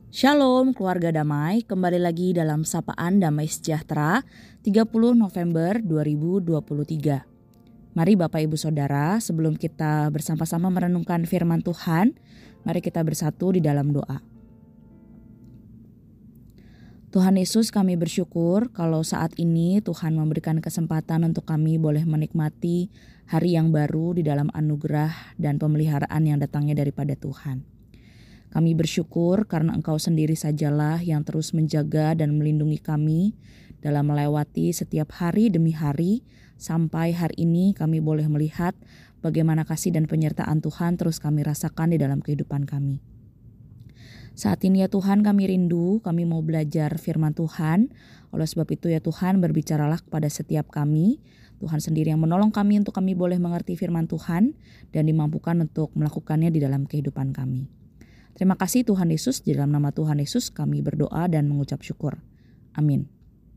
Shalom keluarga damai, kembali lagi dalam Sapaan Damai Sejahtera 30 November 2023. Mari Bapak Ibu Saudara, sebelum kita bersama-sama merenungkan firman Tuhan, mari kita bersatu di dalam doa. Tuhan Yesus, kami bersyukur kalau saat ini Tuhan memberikan kesempatan untuk kami boleh menikmati hari yang baru di dalam anugerah dan pemeliharaan yang datangnya daripada Tuhan. Kami bersyukur karena Engkau sendiri sajalah yang terus menjaga dan melindungi kami dalam melewati setiap hari demi hari sampai hari ini kami boleh melihat bagaimana kasih dan penyertaan Tuhan terus kami rasakan di dalam kehidupan kami. Saat ini ya Tuhan kami rindu, kami mau belajar firman Tuhan. Oleh sebab itu ya Tuhan berbicaralah kepada setiap kami. Tuhan sendiri yang menolong kami untuk kami boleh mengerti firman Tuhan dan dimampukan untuk melakukannya di dalam kehidupan kami. Terima kasih Tuhan Yesus, di dalam nama Tuhan Yesus kami berdoa dan mengucap syukur. Amin.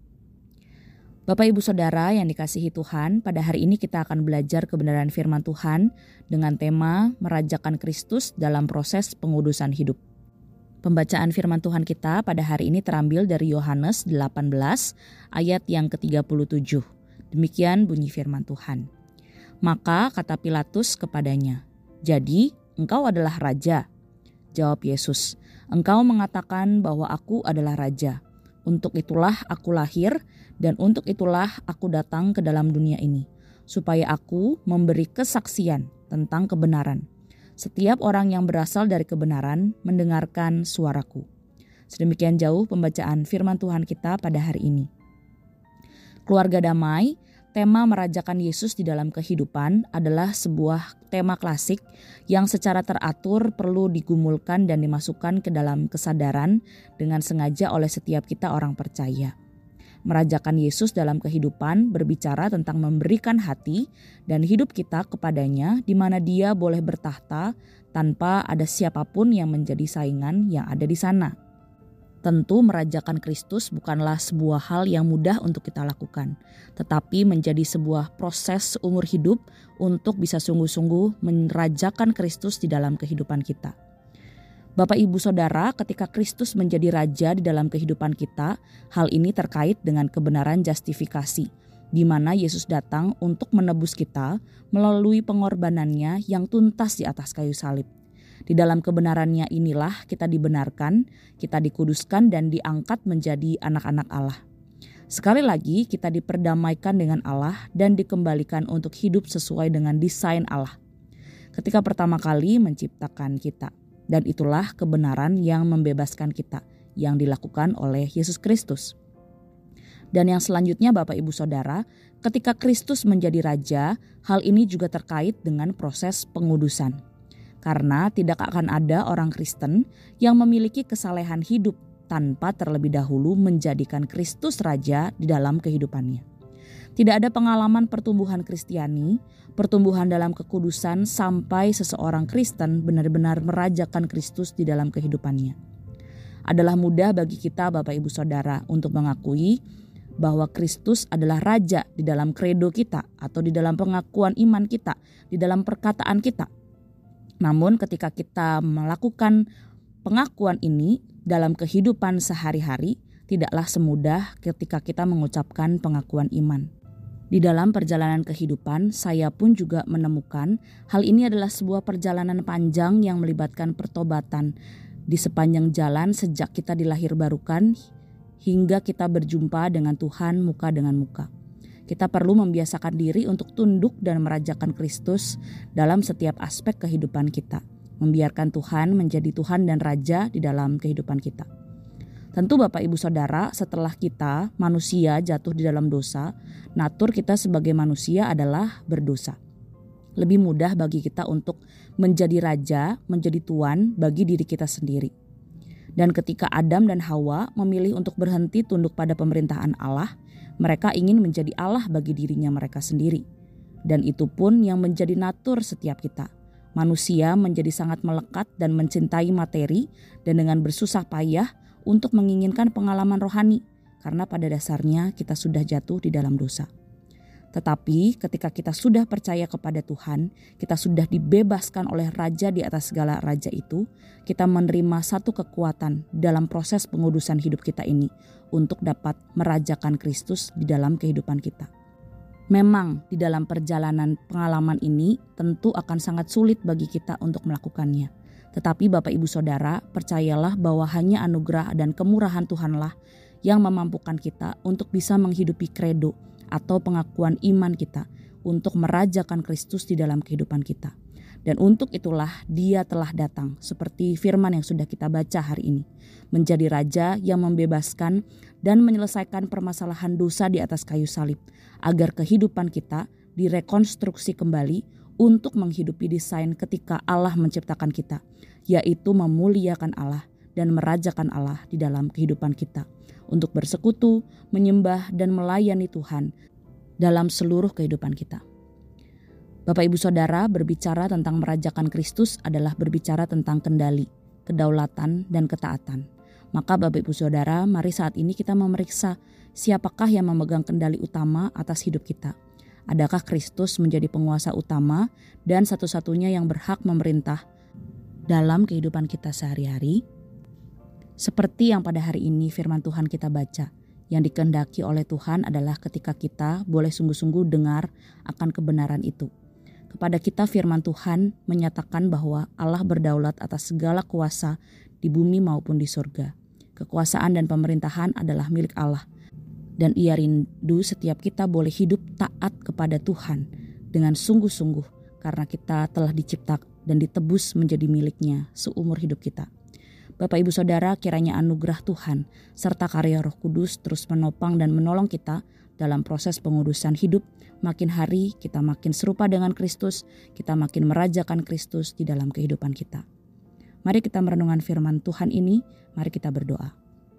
Bapak Ibu Saudara yang dikasihi Tuhan, pada hari ini kita akan belajar kebenaran firman Tuhan dengan tema merajakan Kristus dalam proses pengudusan hidup. Pembacaan firman Tuhan kita pada hari ini terambil dari Yohanes 18 ayat yang ke-37. Demikian bunyi firman Tuhan. Maka kata Pilatus kepadanya, "Jadi engkau adalah raja?" Jawab Yesus, "Engkau mengatakan bahwa aku adalah raja. Untuk itulah aku lahir dan untuk itulah aku datang ke dalam dunia ini, supaya aku memberi kesaksian tentang kebenaran. Setiap orang yang berasal dari kebenaran mendengarkan suaraku." Sedemikian jauh pembacaan firman Tuhan kita pada hari ini. Keluarga damai, tema merajakan Yesus di dalam kehidupan adalah sebuah tema klasik yang secara teratur perlu digumulkan dan dimasukkan ke dalam kesadaran dengan sengaja oleh setiap kita orang percaya. Merajakan Yesus dalam kehidupan berbicara tentang memberikan hati dan hidup kita kepadanya di mana Dia boleh bertahta tanpa ada siapapun yang menjadi saingan yang ada di sana. Tentu merajakan Kristus bukanlah sebuah hal yang mudah untuk kita lakukan, tetapi menjadi sebuah proses umur hidup untuk bisa sungguh-sungguh merajakan Kristus di dalam kehidupan kita. Bapak Ibu Saudara, ketika Kristus menjadi raja di dalam kehidupan kita, hal ini terkait dengan kebenaran justifikasi, di mana Yesus datang untuk menebus kita melalui pengorbanannya yang tuntas di atas kayu salib. Di dalam kebenarannya inilah kita dibenarkan, kita dikuduskan dan diangkat menjadi anak-anak Allah. Sekali lagi kita diperdamaikan dengan Allah dan dikembalikan untuk hidup sesuai dengan desain Allah ketika pertama kali menciptakan kita. Dan itulah kebenaran yang membebaskan kita yang dilakukan oleh Yesus Kristus. Dan yang selanjutnya Bapak Ibu Saudara, ketika Kristus menjadi raja, hal ini juga terkait dengan proses pengudusan. Karena tidak akan ada orang Kristen yang memiliki kesalehan hidup tanpa terlebih dahulu menjadikan Kristus raja di dalam kehidupannya. Tidak ada pengalaman pertumbuhan Kristiani, pertumbuhan dalam kekudusan sampai seseorang Kristen benar-benar merajakan Kristus di dalam kehidupannya. Adalah mudah bagi kita Bapak Ibu Saudara untuk mengakui bahwa Kristus adalah raja di dalam kredo kita atau di dalam pengakuan iman kita, di dalam perkataan kita. Namun ketika kita melakukan pengakuan ini dalam kehidupan sehari-hari, tidaklah semudah ketika kita mengucapkan pengakuan iman. Di dalam perjalanan kehidupan, saya pun juga menemukan hal ini adalah sebuah perjalanan panjang yang melibatkan pertobatan di sepanjang jalan sejak kita dilahirbarukan hingga kita berjumpa dengan Tuhan muka dengan muka. Kita perlu membiasakan diri untuk tunduk dan merajakan Kristus dalam setiap aspek kehidupan kita. Membiarkan Tuhan menjadi Tuhan dan Raja di dalam kehidupan kita. Tentu Bapak Ibu Saudara, setelah kita manusia jatuh di dalam dosa, natur kita sebagai manusia adalah berdosa. Lebih mudah bagi kita untuk menjadi raja, menjadi tuan bagi diri kita sendiri. Dan ketika Adam dan Hawa memilih untuk berhenti tunduk pada pemerintahan Allah, mereka ingin menjadi Allah bagi dirinya mereka sendiri. Dan itu pun yang menjadi natur setiap kita. Manusia menjadi sangat melekat dan mencintai materi dan dengan bersusah payah untuk menginginkan pengalaman rohani. Karena pada dasarnya kita sudah jatuh di dalam dosa. Tetapi ketika kita sudah percaya kepada Tuhan, kita sudah dibebaskan oleh Raja di atas segala raja itu, kita menerima satu kekuatan dalam proses pengudusan hidup kita ini untuk dapat merajakan Kristus di dalam kehidupan kita. Memang di dalam perjalanan pengalaman ini tentu akan sangat sulit bagi kita untuk melakukannya. Tetapi Bapak Ibu Saudara, percayalah bahwa hanya anugerah dan kemurahan Tuhanlah yang memampukan kita untuk bisa menghidupi kredo atau pengakuan iman kita untuk merajakan Kristus di dalam kehidupan kita. Dan untuk itulah Dia telah datang seperti firman yang sudah kita baca hari ini, menjadi Raja yang membebaskan dan menyelesaikan permasalahan dosa di atas kayu salib, agar kehidupan kita direkonstruksi kembali untuk menghidupi desain ketika Allah menciptakan kita, yaitu memuliakan Allah dan merajakan Allah di dalam kehidupan kita, untuk bersekutu, menyembah, dan melayani Tuhan dalam seluruh kehidupan kita. Bapak Ibu Saudara, berbicara tentang merajakan Kristus adalah berbicara tentang kendali, kedaulatan, dan ketaatan. Maka Bapak Ibu Saudara, mari saat ini kita memeriksa siapakah yang memegang kendali utama atas hidup kita. Adakah Kristus menjadi penguasa utama dan satu-satunya yang berhak memerintah dalam kehidupan kita sehari-hari? Seperti yang pada hari ini firman Tuhan kita baca, yang dikehendaki oleh Tuhan adalah ketika kita boleh sungguh-sungguh dengar akan kebenaran itu. Kepada kita firman Tuhan menyatakan bahwa Allah berdaulat atas segala kuasa di bumi maupun di surga. Kekuasaan dan pemerintahan adalah milik Allah. Dan Ia rindu setiap kita boleh hidup taat kepada Tuhan dengan sungguh-sungguh karena kita telah dicipta dan ditebus menjadi milik-Nya seumur hidup kita. Bapak Ibu Saudara, kiranya anugerah Tuhan serta karya Roh Kudus terus menopang dan menolong kita dalam proses pengudusan hidup. Makin hari kita makin serupa dengan Kristus, kita makin merajakan Kristus di dalam kehidupan kita. Mari kita merenungkan firman Tuhan ini, mari kita berdoa.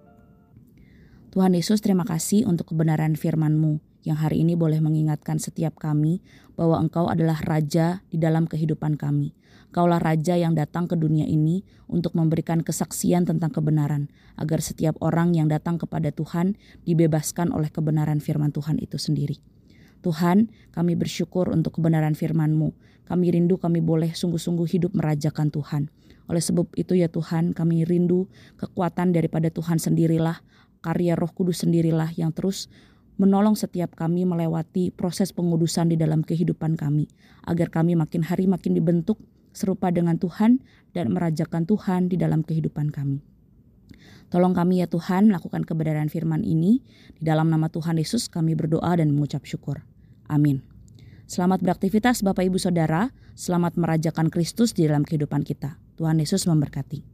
Tuhan Yesus, terima kasih untuk kebenaran firman-Mu yang hari ini boleh mengingatkan setiap kami bahwa Engkau adalah Raja di dalam kehidupan kami. Kaulah Raja yang datang ke dunia ini untuk memberikan kesaksian tentang kebenaran, agar setiap orang yang datang kepada Tuhan dibebaskan oleh kebenaran firman Tuhan itu sendiri. Tuhan, kami bersyukur untuk kebenaran firman-Mu. Kami rindu kami boleh sungguh-sungguh hidup merajakan Tuhan. Oleh sebab itu ya Tuhan, kami rindu kekuatan daripada Tuhan sendirilah, karya Roh Kudus sendirilah yang terus menolong setiap kami melewati proses pengudusan di dalam kehidupan kami, agar kami makin hari makin dibentuk serupa dengan Tuhan dan merajakan Tuhan di dalam kehidupan kami. Tolong kami ya Tuhan melakukan kebenaran firman ini. Di dalam nama Tuhan Yesus kami berdoa dan mengucap syukur. Amin. Selamat beraktivitas Bapak Ibu Saudara. Selamat merajakan Kristus di dalam kehidupan kita. Tuhan Yesus memberkati.